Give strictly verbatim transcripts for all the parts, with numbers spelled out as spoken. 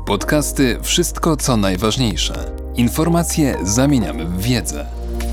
Podcasty Wszystko co najważniejsze. Informacje zamieniamy w wiedzę.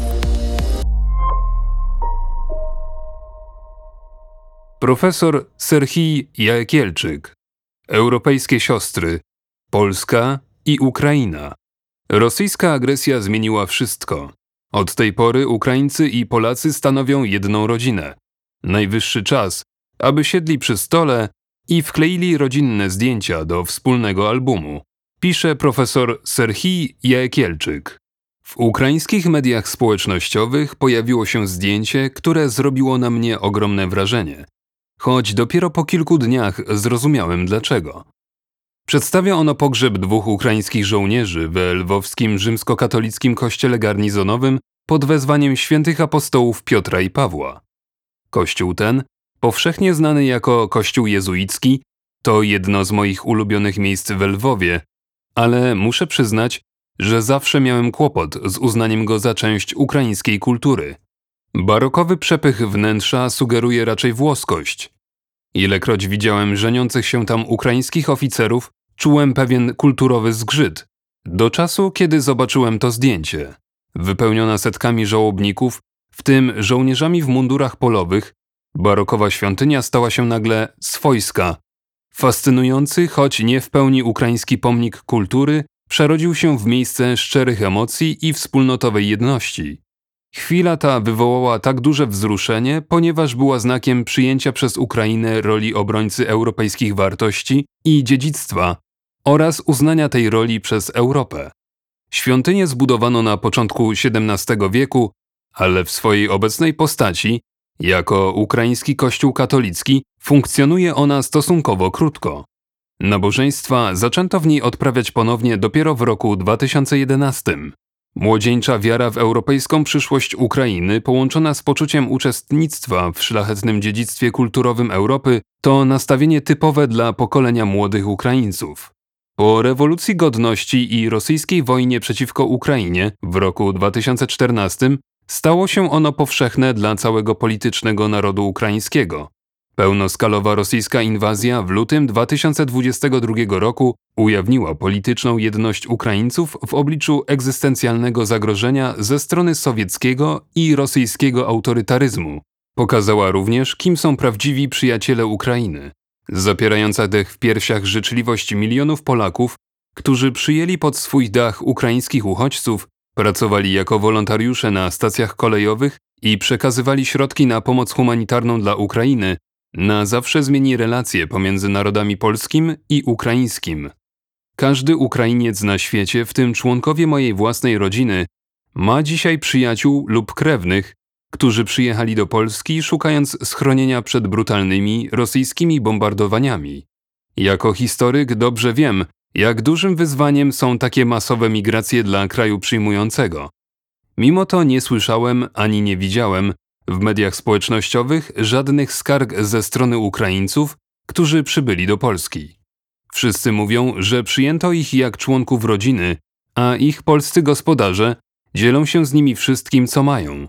Profesor Serhij Jagielczyk. Europejskie siostry. Polska i Ukraina. Rosyjska agresja zmieniła wszystko. Od tej pory Ukraińcy i Polacy stanowią jedną rodzinę. Najwyższy czas, aby siedli przy stole i wkleili rodzinne zdjęcia do wspólnego albumu, pisze profesor Serhij Jagielczyk. W ukraińskich mediach społecznościowych pojawiło się zdjęcie, które zrobiło na mnie ogromne wrażenie. Choć dopiero po kilku dniach zrozumiałem dlaczego. Przedstawia ono pogrzeb dwóch ukraińskich żołnierzy we lwowskim rzymskokatolickim kościele garnizonowym pod wezwaniem świętych apostołów Piotra i Pawła. Kościół ten, powszechnie znany jako kościół jezuicki, to jedno z moich ulubionych miejsc we Lwowie, ale muszę przyznać, że zawsze miałem kłopot z uznaniem go za część ukraińskiej kultury. Barokowy przepych wnętrza sugeruje raczej włoskość. Ilekroć widziałem żeniących się tam ukraińskich oficerów, czułem pewien kulturowy zgrzyt, do czasu, kiedy zobaczyłem to zdjęcie. Wypełniona setkami żałobników, w tym żołnierzami w mundurach polowych, barokowa świątynia stała się nagle swojska. Fascynujący, choć nie w pełni ukraiński pomnik kultury przerodził się w miejsce szczerych emocji i wspólnotowej jedności. Chwila ta wywołała tak duże wzruszenie, ponieważ była znakiem przyjęcia przez Ukrainę roli obrońcy europejskich wartości i dziedzictwa oraz uznania tej roli przez Europę. Świątynię zbudowano na początku siedemnastego wieku, ale w swojej obecnej postaci, jako ukraiński kościół katolicki, funkcjonuje ona stosunkowo krótko. Nabożeństwa zaczęto w niej odprawiać ponownie dopiero w roku dwa tysiące jedenastym. Młodzieńcza wiara w europejską przyszłość Ukrainy połączona z poczuciem uczestnictwa w szlachetnym dziedzictwie kulturowym Europy to nastawienie typowe dla pokolenia młodych Ukraińców. Po rewolucji godności i rosyjskiej wojnie przeciwko Ukrainie w roku dwa tysiące czternastym stało się ono powszechne dla całego politycznego narodu ukraińskiego. Pełnoskalowa rosyjska inwazja w lutym dwa tysiące dwudziestego drugiego roku ujawniła polityczną jedność Ukraińców w obliczu egzystencjalnego zagrożenia ze strony sowieckiego i rosyjskiego autorytaryzmu. Pokazała również, kim są prawdziwi przyjaciele Ukrainy. Zapierająca dech w piersiach życzliwość milionów Polaków, którzy przyjęli pod swój dach ukraińskich uchodźców, pracowali jako wolontariusze na stacjach kolejowych i przekazywali środki na pomoc humanitarną dla Ukrainy, na zawsze zmieni relacje pomiędzy narodami polskim i ukraińskim. Każdy Ukrainiec na świecie, w tym członkowie mojej własnej rodziny, ma dzisiaj przyjaciół lub krewnych, którzy przyjechali do Polski szukając schronienia przed brutalnymi rosyjskimi bombardowaniami. Jako historyk dobrze wiem, jak dużym wyzwaniem są takie masowe migracje dla kraju przyjmującego. Mimo to nie słyszałem ani nie widziałem w mediach społecznościowych żadnych skarg ze strony Ukraińców, którzy przybyli do Polski. Wszyscy mówią, że przyjęto ich jak członków rodziny, a ich polscy gospodarze dzielą się z nimi wszystkim, co mają.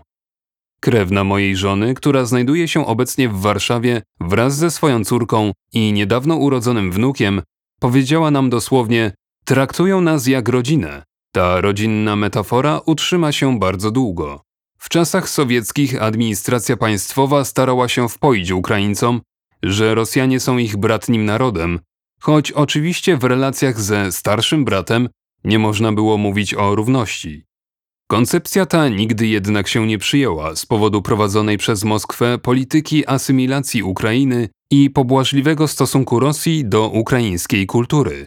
Krewna mojej żony, która znajduje się obecnie w Warszawie wraz ze swoją córką i niedawno urodzonym wnukiem, powiedziała nam dosłownie: traktują nas jak rodzinę. Ta rodzinna metafora utrzyma się bardzo długo. W czasach sowieckich administracja państwowa starała się wpoić Ukraińcom, że Rosjanie są ich bratnim narodem, choć oczywiście w relacjach ze starszym bratem nie można było mówić o równości. Koncepcja ta nigdy jednak się nie przyjęła z powodu prowadzonej przez Moskwę polityki asymilacji Ukrainy i pobłażliwego stosunku Rosji do ukraińskiej kultury.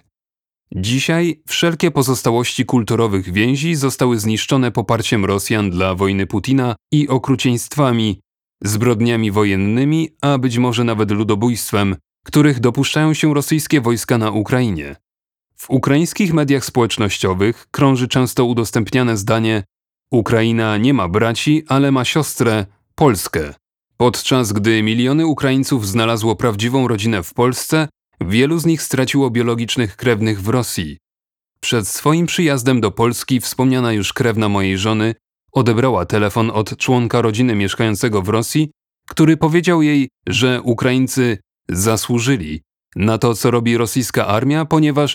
Dzisiaj wszelkie pozostałości kulturowych więzi zostały zniszczone poparciem Rosjan dla wojny Putina i okrucieństwami, zbrodniami wojennymi, a być może nawet ludobójstwem, których dopuszczają się rosyjskie wojska na Ukrainie. W ukraińskich mediach społecznościowych krąży często udostępniane zdanie: Ukraina nie ma braci, ale ma siostrę, Polskę. Podczas gdy miliony Ukraińców znalazło prawdziwą rodzinę w Polsce, wielu z nich straciło biologicznych krewnych w Rosji. Przed swoim przyjazdem do Polski wspomniana już krewna mojej żony odebrała telefon od członka rodziny mieszkającego w Rosji, który powiedział jej, że Ukraińcy zasłużyli na to, co robi rosyjska armia, ponieważ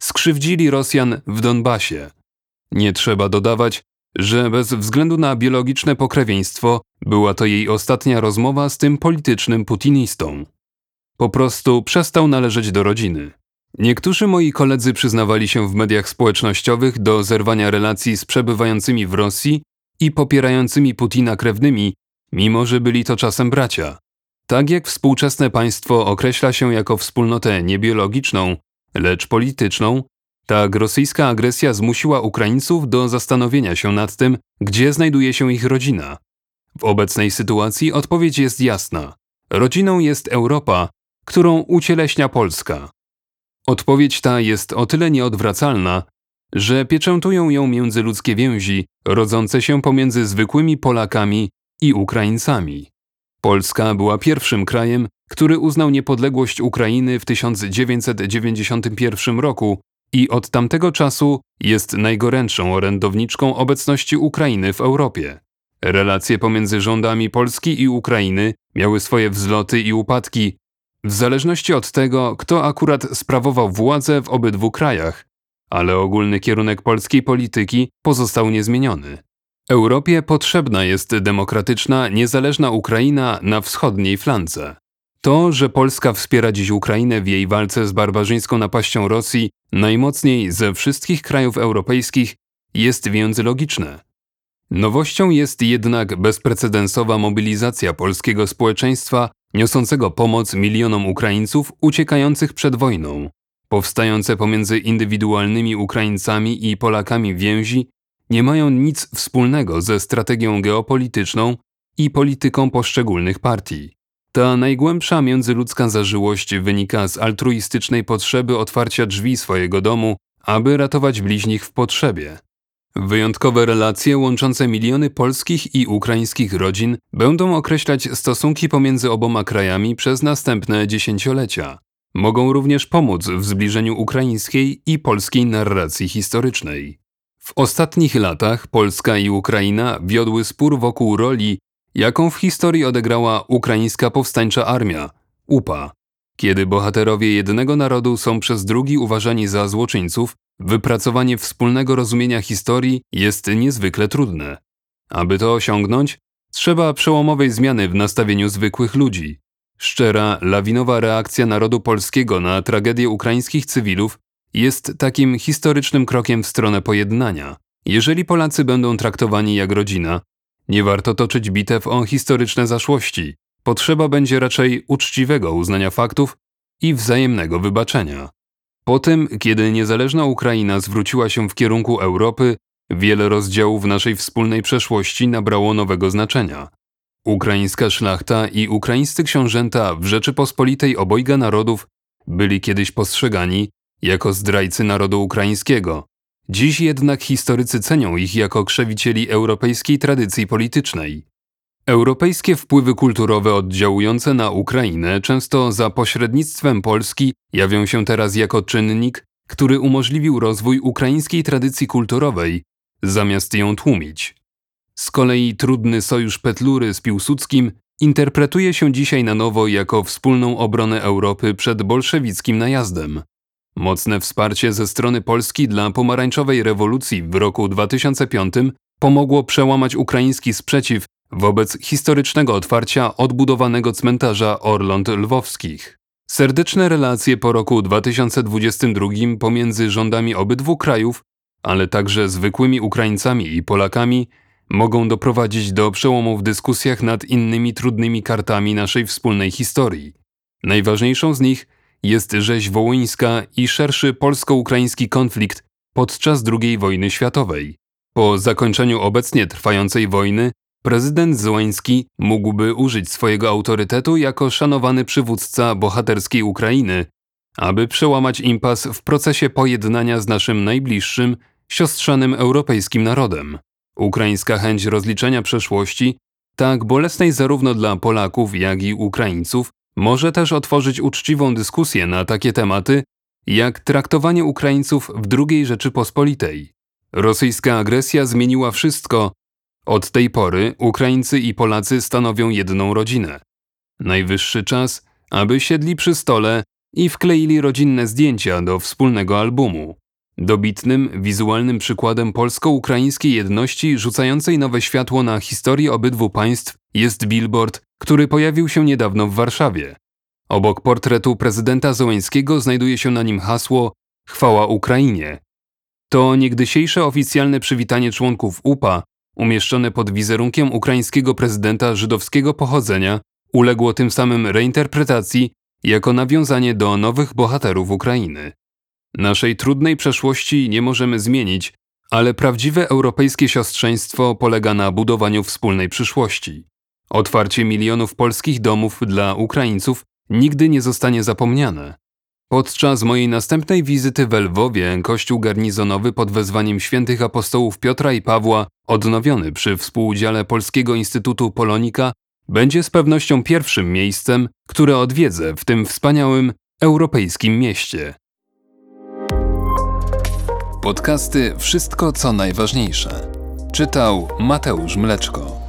skrzywdzili Rosjan w Donbasie. Nie trzeba dodawać, że bez względu na biologiczne pokrewieństwo była to jej ostatnia rozmowa z tym politycznym putinistą. Po prostu przestał należeć do rodziny. Niektórzy moi koledzy przyznawali się w mediach społecznościowych do zerwania relacji z przebywającymi w Rosji i popierającymi Putina krewnymi, mimo że byli to czasem bracia. Tak jak współczesne państwo określa się jako wspólnotę nie biologiczną, lecz polityczną, tak rosyjska agresja zmusiła Ukraińców do zastanowienia się nad tym, gdzie znajduje się ich rodzina. W obecnej sytuacji odpowiedź jest jasna. Rodziną jest Europa, którą ucieleśnia Polska. Odpowiedź ta jest o tyle nieodwracalna, że pieczętują ją międzyludzkie więzi rodzące się pomiędzy zwykłymi Polakami i Ukraińcami. Polska była pierwszym krajem, który uznał niepodległość Ukrainy w tysiąc dziewięćset dziewięćdziesiątym pierwszym roku i od tamtego czasu jest najgorętszą orędowniczką obecności Ukrainy w Europie. Relacje pomiędzy rządami Polski i Ukrainy miały swoje wzloty i upadki, w zależności od tego, kto akurat sprawował władzę w obydwu krajach, ale ogólny kierunek polskiej polityki pozostał niezmieniony. Europie potrzebna jest demokratyczna, niezależna Ukraina na wschodniej flance. To, że Polska wspiera dziś Ukrainę w jej walce z barbarzyńską napaścią Rosji najmocniej ze wszystkich krajów europejskich, jest więc logiczne. Nowością jest jednak bezprecedensowa mobilizacja polskiego społeczeństwa niosącego pomoc milionom Ukraińców uciekających przed wojną. Powstające pomiędzy indywidualnymi Ukraińcami i Polakami więzi nie mają nic wspólnego ze strategią geopolityczną i polityką poszczególnych partii. Ta najgłębsza międzyludzka zażyłość wynika z altruistycznej potrzeby otwarcia drzwi swojego domu, aby ratować bliźnich w potrzebie. Wyjątkowe relacje łączące miliony polskich i ukraińskich rodzin będą określać stosunki pomiędzy oboma krajami przez następne dziesięciolecia. Mogą również pomóc w zbliżeniu ukraińskiej i polskiej narracji historycznej. W ostatnich latach Polska i Ukraina wiodły spór wokół roli, jaką w historii odegrała Ukraińska Powstańcza Armia, U P A. Kiedy bohaterowie jednego narodu są przez drugi uważani za złoczyńców, wypracowanie wspólnego rozumienia historii jest niezwykle trudne. Aby to osiągnąć, trzeba przełomowej zmiany w nastawieniu zwykłych ludzi. Szczera, lawinowa reakcja narodu polskiego na tragedię ukraińskich cywilów jest takim historycznym krokiem w stronę pojednania. Jeżeli Polacy będą traktowani jak rodzina, nie warto toczyć bitew o historyczne zaszłości. Potrzeba będzie raczej uczciwego uznania faktów i wzajemnego wybaczenia. Po tym, kiedy niezależna Ukraina zwróciła się w kierunku Europy, wiele rozdziałów naszej wspólnej przeszłości nabrało nowego znaczenia. Ukraińska szlachta i ukraińscy książęta w Rzeczypospolitej obojga narodów byli kiedyś postrzegani jako zdrajcy narodu ukraińskiego. Dziś jednak historycy cenią ich jako krzewicieli europejskiej tradycji politycznej. Europejskie wpływy kulturowe oddziałujące na Ukrainę często za pośrednictwem Polski jawią się teraz jako czynnik, który umożliwił rozwój ukraińskiej tradycji kulturowej, zamiast ją tłumić. Z kolei trudny sojusz Petlury z Piłsudskim interpretuje się dzisiaj na nowo jako wspólną obronę Europy przed bolszewickim najazdem. Mocne wsparcie ze strony Polski dla pomarańczowej rewolucji w roku dwa tysiące piątym pomogło przełamać ukraiński sprzeciw wobec historycznego otwarcia odbudowanego cmentarza Orląt Lwowskich. Serdeczne relacje po roku dwa tysiące dwudziestym drugim pomiędzy rządami obydwu krajów, ale także zwykłymi Ukraińcami i Polakami, mogą doprowadzić do przełomu w dyskusjach nad innymi trudnymi kartami naszej wspólnej historii. Najważniejszą z nich jest rzeź wołyńska i szerszy polsko-ukraiński konflikt podczas drugiej wojny światowej. Po zakończeniu obecnie trwającej wojny prezydent Zełenski mógłby użyć swojego autorytetu jako szanowany przywódca bohaterskiej Ukrainy, aby przełamać impas w procesie pojednania z naszym najbliższym, siostrzanym europejskim narodem. Ukraińska chęć rozliczenia przeszłości, tak bolesnej zarówno dla Polaków, jak i Ukraińców, może też otworzyć uczciwą dyskusję na takie tematy, jak traktowanie Ukraińców w drugiej Rzeczypospolitej. Rosyjska agresja zmieniła wszystko. Od tej pory Ukraińcy i Polacy stanowią jedną rodzinę. Najwyższy czas, aby siedli przy stole i wkleili rodzinne zdjęcia do wspólnego albumu. Dobitnym, wizualnym przykładem polsko-ukraińskiej jedności rzucającej nowe światło na historię obydwu państw jest billboard, który pojawił się niedawno w Warszawie. Obok portretu prezydenta Zełenskiego znajduje się na nim hasło „Chwała Ukrainie”. To niegdysiejsze oficjalne przywitanie członków U P A, umieszczone pod wizerunkiem ukraińskiego prezydenta żydowskiego pochodzenia, uległo tym samym reinterpretacji jako nawiązanie do nowych bohaterów Ukrainy. Naszej trudnej przeszłości nie możemy zmienić, ale prawdziwe europejskie siostrzeństwo polega na budowaniu wspólnej przyszłości. Otwarcie milionów polskich domów dla Ukraińców nigdy nie zostanie zapomniane. Podczas mojej następnej wizyty w Lwowie kościół garnizonowy pod wezwaniem świętych apostołów Piotra i Pawła, odnowiony przy współudziale Polskiego Instytutu Polonika, będzie z pewnością pierwszym miejscem, które odwiedzę w tym wspaniałym europejskim mieście. Podcasty Wszystko co najważniejsze. Czytał Mateusz Mleczko.